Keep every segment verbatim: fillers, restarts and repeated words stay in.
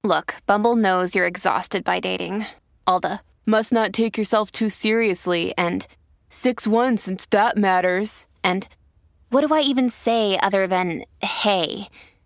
Look, Bumble knows you're exhausted by dating. All the must not take yourself too seriously and six one since that matters. And what do I even say other than hey?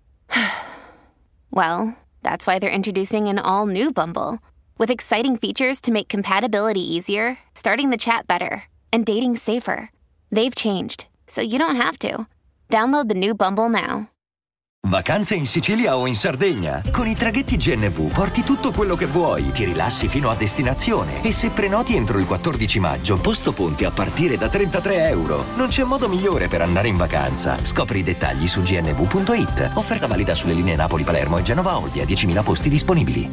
Well, that's why they're introducing an all-new Bumble with exciting features to make compatibility easier, starting the chat better, and dating safer. They've changed, so you don't have to. Download the new Bumble now. Vacanze in Sicilia o in Sardegna? Con i traghetti G N V porti tutto quello che vuoi, ti rilassi fino a destinazione e se prenoti entro il quattordici maggio, posto ponti a partire da trentatré euro. Non c'è modo migliore per andare in vacanza. Scopri i dettagli su g n v punto i t. Offerta valida sulle linee Napoli-Palermo e Genova-Olbia, diecimila posti disponibili.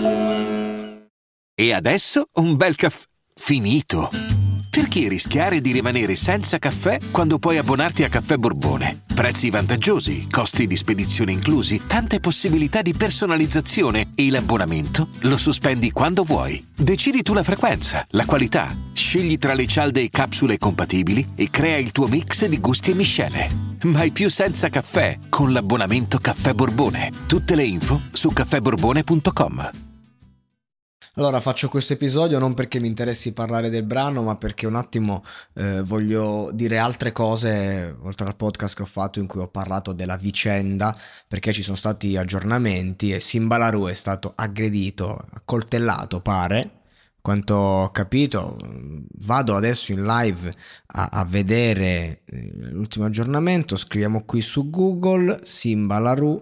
E adesso un bel caffè finito. Perché rischiare di rimanere senza caffè quando puoi abbonarti a Caffè Borbone? Prezzi vantaggiosi, costi di spedizione inclusi, tante possibilità di personalizzazione e l'abbonamento lo sospendi quando vuoi. Decidi tu la frequenza, la qualità, scegli tra le cialde e capsule compatibili e crea il tuo mix di gusti e miscele. Mai più senza caffè con l'abbonamento Caffè Borbone. Tutte le info su caffè borbone punto com. Allora faccio questo episodio non perché mi interessi parlare del brano, ma perché un attimo eh, voglio dire altre cose oltre al podcast che ho fatto in cui ho parlato della vicenda, perché ci sono stati aggiornamenti e Simba La Ru è stato aggredito, accoltellato pare, quanto ho capito. Vado adesso in live a, a vedere l'ultimo aggiornamento, scriviamo qui su Google Simba La Ru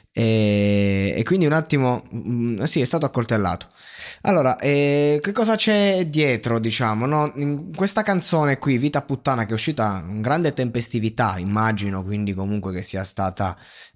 e, e quindi un attimo mh, sì, è stato accoltellato. Allora, eh, che cosa c'è dietro, diciamo, no? In questa canzone qui, Vita Puttana, che è uscita con grande tempestività, immagino, quindi comunque che sia stata,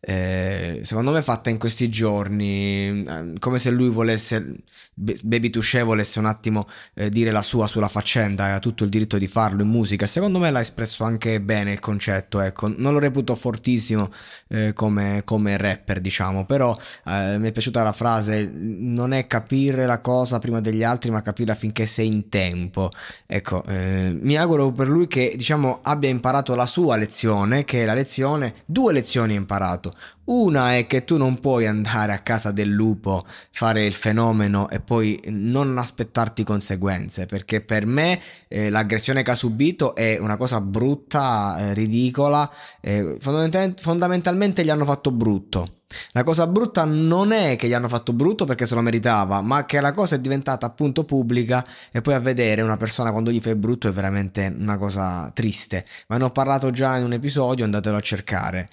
eh, secondo me, fatta in questi giorni, eh, come se lui volesse, Baby Touché volesse un attimo eh, dire la sua sulla faccenda, e ha tutto il diritto di farlo in musica, e secondo me l'ha espresso anche bene il concetto, ecco, non lo reputo fortissimo eh, come, come rapper, diciamo, però eh, mi è piaciuta la frase, non è capire la cosa prima degli altri ma capirla finché sei in tempo. Ecco, eh, mi auguro per lui che, diciamo, abbia imparato la sua lezione, che è la lezione, due lezioni ha imparato. Una è che tu non puoi andare a casa del lupo, fare il fenomeno e poi non aspettarti conseguenze, perché per me eh, l'aggressione che ha subito è una cosa brutta, eh, ridicola, eh, fondamentalmente, fondamentalmente gli hanno fatto brutto. La cosa brutta non è che gli hanno fatto brutto perché se lo meritava, ma che la cosa è diventata appunto pubblica e poi a vedere una persona quando gli fai brutto è veramente una cosa triste. Ma ne ho parlato già in un episodio, andatelo a cercare.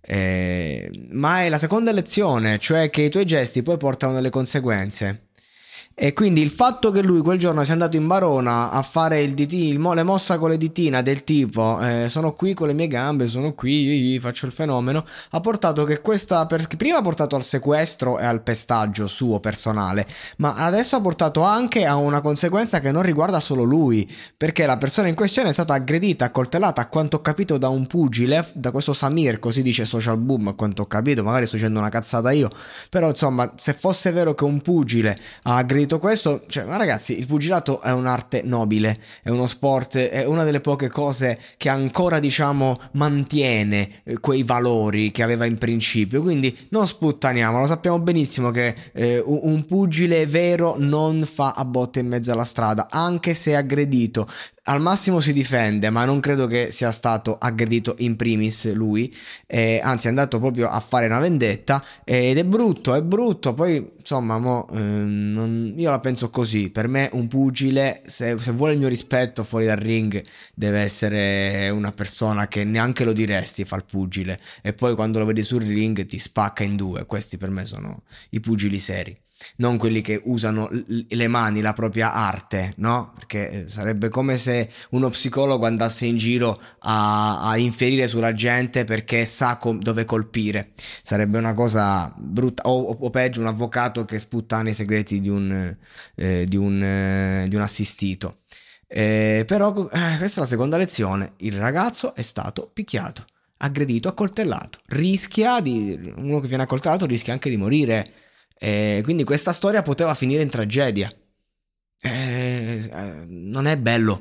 Eh, ma è la seconda lezione, cioè che i tuoi gesti poi portano delle conseguenze. E quindi il fatto che lui quel giorno sia andato in barona a fare il ditino, il mo- le mossa con le ditina del tipo eh, sono qui con le mie gambe, sono qui, faccio il fenomeno, ha portato che questa, perché prima ha portato al sequestro e al pestaggio suo personale, ma adesso ha portato anche a una conseguenza che non riguarda solo lui, perché la persona in questione è stata aggredita, accoltellata, a quanto ho capito, da un pugile, da questo Samir, così dice Social Boom, a quanto ho capito, magari sto dicendo una cazzata io, però insomma, se fosse vero che un pugile ha aggredito questo, cioè, ma ragazzi, il pugilato è un'arte nobile, è uno sport, è una delle poche cose che ancora, diciamo, mantiene eh, quei valori che aveva in principio, quindi non sputtaniamo, lo sappiamo benissimo che eh, un pugile vero non fa a botte in mezzo alla strada, anche se è aggredito. Al massimo si difende, ma non credo che sia stato aggredito in primis lui, eh, anzi è andato proprio a fare una vendetta, eh, ed è brutto, è brutto, poi insomma mo, eh, non, io la penso così, per me un pugile, se, se vuole il mio rispetto fuori dal ring, deve essere una persona che neanche lo diresti fa il pugile, e poi quando lo vedi sul ring ti spacca in due. Questi per me sono i pugili seri, non quelli che usano le mani, la propria arte, no? Perché sarebbe come se uno psicologo andasse in giro a, a inferire sulla gente perché sa com- dove colpire. Sarebbe una cosa brutta, o, o peggio un avvocato che sputtana i segreti di un, eh, di un, eh, di un assistito. Eh, però eh, questa è la seconda lezione. Il ragazzo è stato picchiato, aggredito, accoltellato. Rischia di, uno che viene accoltellato rischia anche di morire. Eh, quindi questa storia poteva finire in tragedia. Eh, eh, non è bello,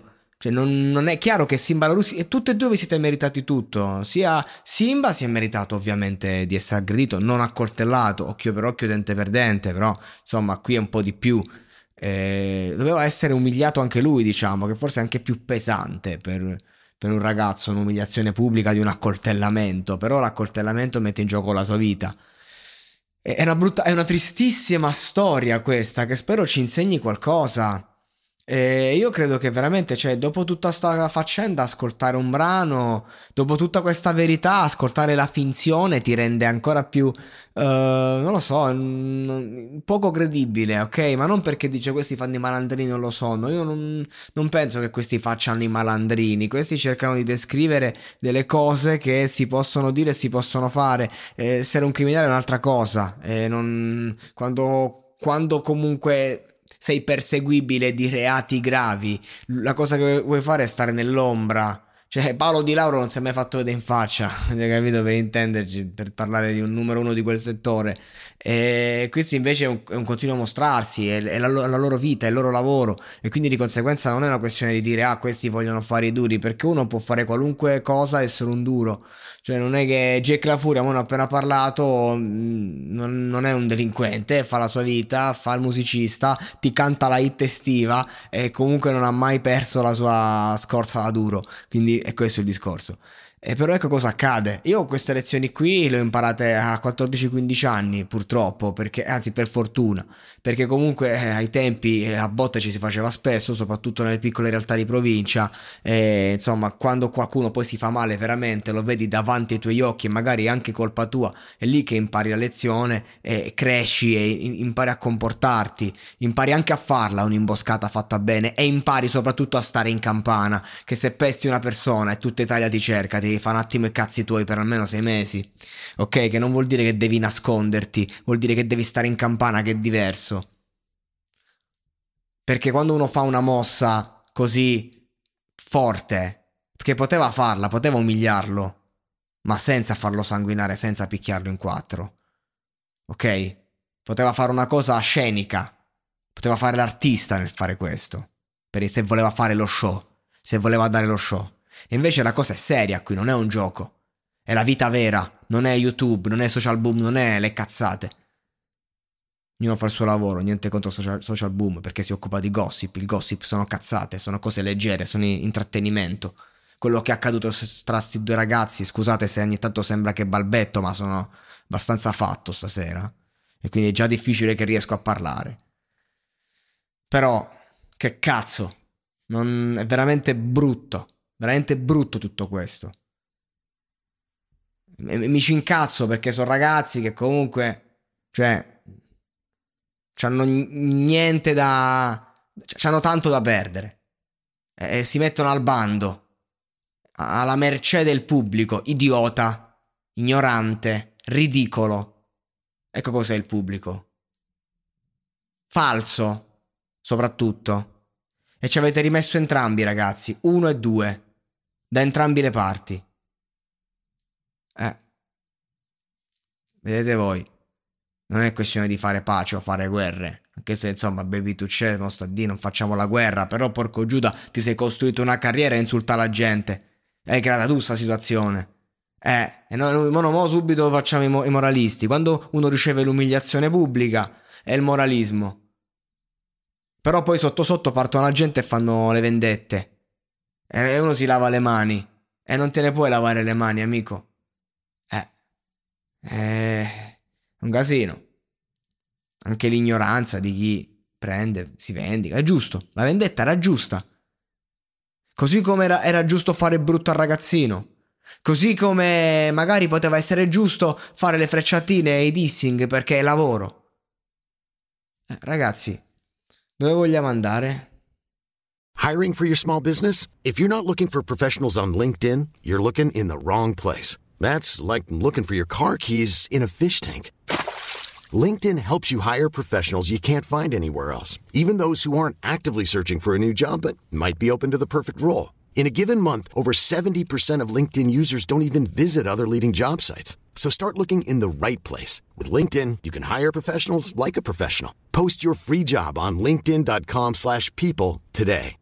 Cioè non, non è chiaro che Simba La Russi, e tutte e due vi siete meritati tutto. Sia Simba si è meritato ovviamente di essere aggredito, non accoltellato, occhio per occhio, dente per dente, però insomma qui è un po' di più. Eh, doveva essere umiliato anche lui, diciamo, che forse è anche più pesante per, per un ragazzo, un'umiliazione pubblica di un accoltellamento, però l'accoltellamento mette in gioco la tua vita. È una brutta, è una tristissima storia questa, che spero ci insegni qualcosa. E io credo che veramente, cioè, dopo tutta sta faccenda, ascoltare un brano, dopo tutta questa verità, ascoltare la finzione ti rende ancora più, uh, non lo so, n- poco credibile, ok? Ma non perché dice questi fanno i malandrini, non lo sono. Io non, non penso che questi facciano i malandrini. Questi cercano di descrivere delle cose che si possono dire e si possono fare. Eh, essere un criminale è un'altra cosa. Eh, non, quando, quando comunque sei perseguibile di reati gravi, la cosa che vuoi fare è stare nell'ombra. Cioè Paolo Di Lauro non si è mai fatto vedere in faccia, capito, per intenderci, per parlare di un numero uno di quel settore. E questi invece è un, è un continuo mostrarsi, è, è la, la loro vita, è il loro lavoro, e quindi di conseguenza non è una questione di dire ah questi vogliono fare i duri, perché uno può fare qualunque cosa e essere un duro. Cioè non è che Jack La Furia, non ho appena parlato, non, non è un delinquente, fa la sua vita, fa il musicista, ti canta la hit estiva e comunque non ha mai perso la sua scorza da duro, quindi è questo il discorso. E però ecco cosa accade. Io queste lezioni qui le ho imparate a quattordici quindici anni, purtroppo, perché, anzi per fortuna, perché comunque eh, ai tempi eh, a botte ci si faceva spesso, soprattutto nelle piccole realtà di provincia, e insomma quando qualcuno poi si fa male veramente, lo vedi davanti ai tuoi occhi e magari è anche colpa tua, è lì che impari la lezione e cresci e impari a comportarti, impari anche a farla un'imboscata fatta bene, e impari soprattutto a stare in campana, che se pesti una persona e tutta Italia ti cerca, ti fa un attimo i cazzi tuoi per almeno sei mesi, ok? Che non vuol dire che devi nasconderti, vuol dire che devi stare in campana, che è diverso. Perché quando uno fa una mossa così forte, perché poteva farla, poteva umiliarlo, ma senza farlo sanguinare, senza picchiarlo in quattro, ok? Poteva fare una cosa scenica, poteva fare l'artista nel fare questo, per se voleva fare lo show, se voleva dare lo show. E invece la cosa è seria qui, non è un gioco, è la vita vera, non è YouTube, non è social boom, non è le cazzate. Ognuno fa il suo lavoro, niente contro social, social boom, perché si occupa di gossip. Il gossip sono cazzate, sono cose leggere, sono intrattenimento. Quello che è accaduto tra sti due ragazzi, scusate se ogni tanto sembra che balbetto, ma sono abbastanza fatto stasera, e quindi è già difficile che riesco a parlare. Però, che cazzo, non, è veramente brutto. Veramente brutto tutto questo. Mi ci incazzo perché sono ragazzi che comunque, cioè, c'hanno niente da, c'hanno tanto da perdere e si mettono al bando, alla mercé del pubblico, idiota, ignorante, ridicolo. Ecco cos'è il pubblico. Falso, soprattutto. E ci avete rimesso entrambi, ragazzi, uno e due. Da entrambi le parti. Eh. Vedete voi. Non è questione di fare pace o fare guerre. Anche se insomma baby tu c'è, non sta di non facciamo la guerra. Però porco Giuda, ti sei costruito una carriera e insulta la gente. Hai creata tu sta situazione. Eh. E noi, noi mo subito facciamo i, mo- i moralisti. Quando uno riceve l'umiliazione pubblica è il moralismo. Però poi sotto sotto partono la gente e fanno le vendette. E uno si lava le mani. E non te ne puoi lavare le mani, amico. Eh. È un casino. Anche l'ignoranza di chi prende, si vendica. È giusto. La vendetta era giusta. Così come era, era giusto fare brutto al ragazzino. Così come magari poteva essere giusto fare le frecciatine e i dissing perché è lavoro. Eh, ragazzi, dove vogliamo andare? Hiring for your small business? If you're not looking for professionals on LinkedIn, you're looking in the wrong place. That's like looking for your car keys in a fish tank. LinkedIn helps you hire professionals you can't find anywhere else, even those who aren't actively searching for a new job but might be open to the perfect role. In a given month, over seventy percent of LinkedIn users don't even visit other leading job sites. So start looking in the right place. With LinkedIn, you can hire professionals like a professional. Post your free job on linkedin dot com slash people today.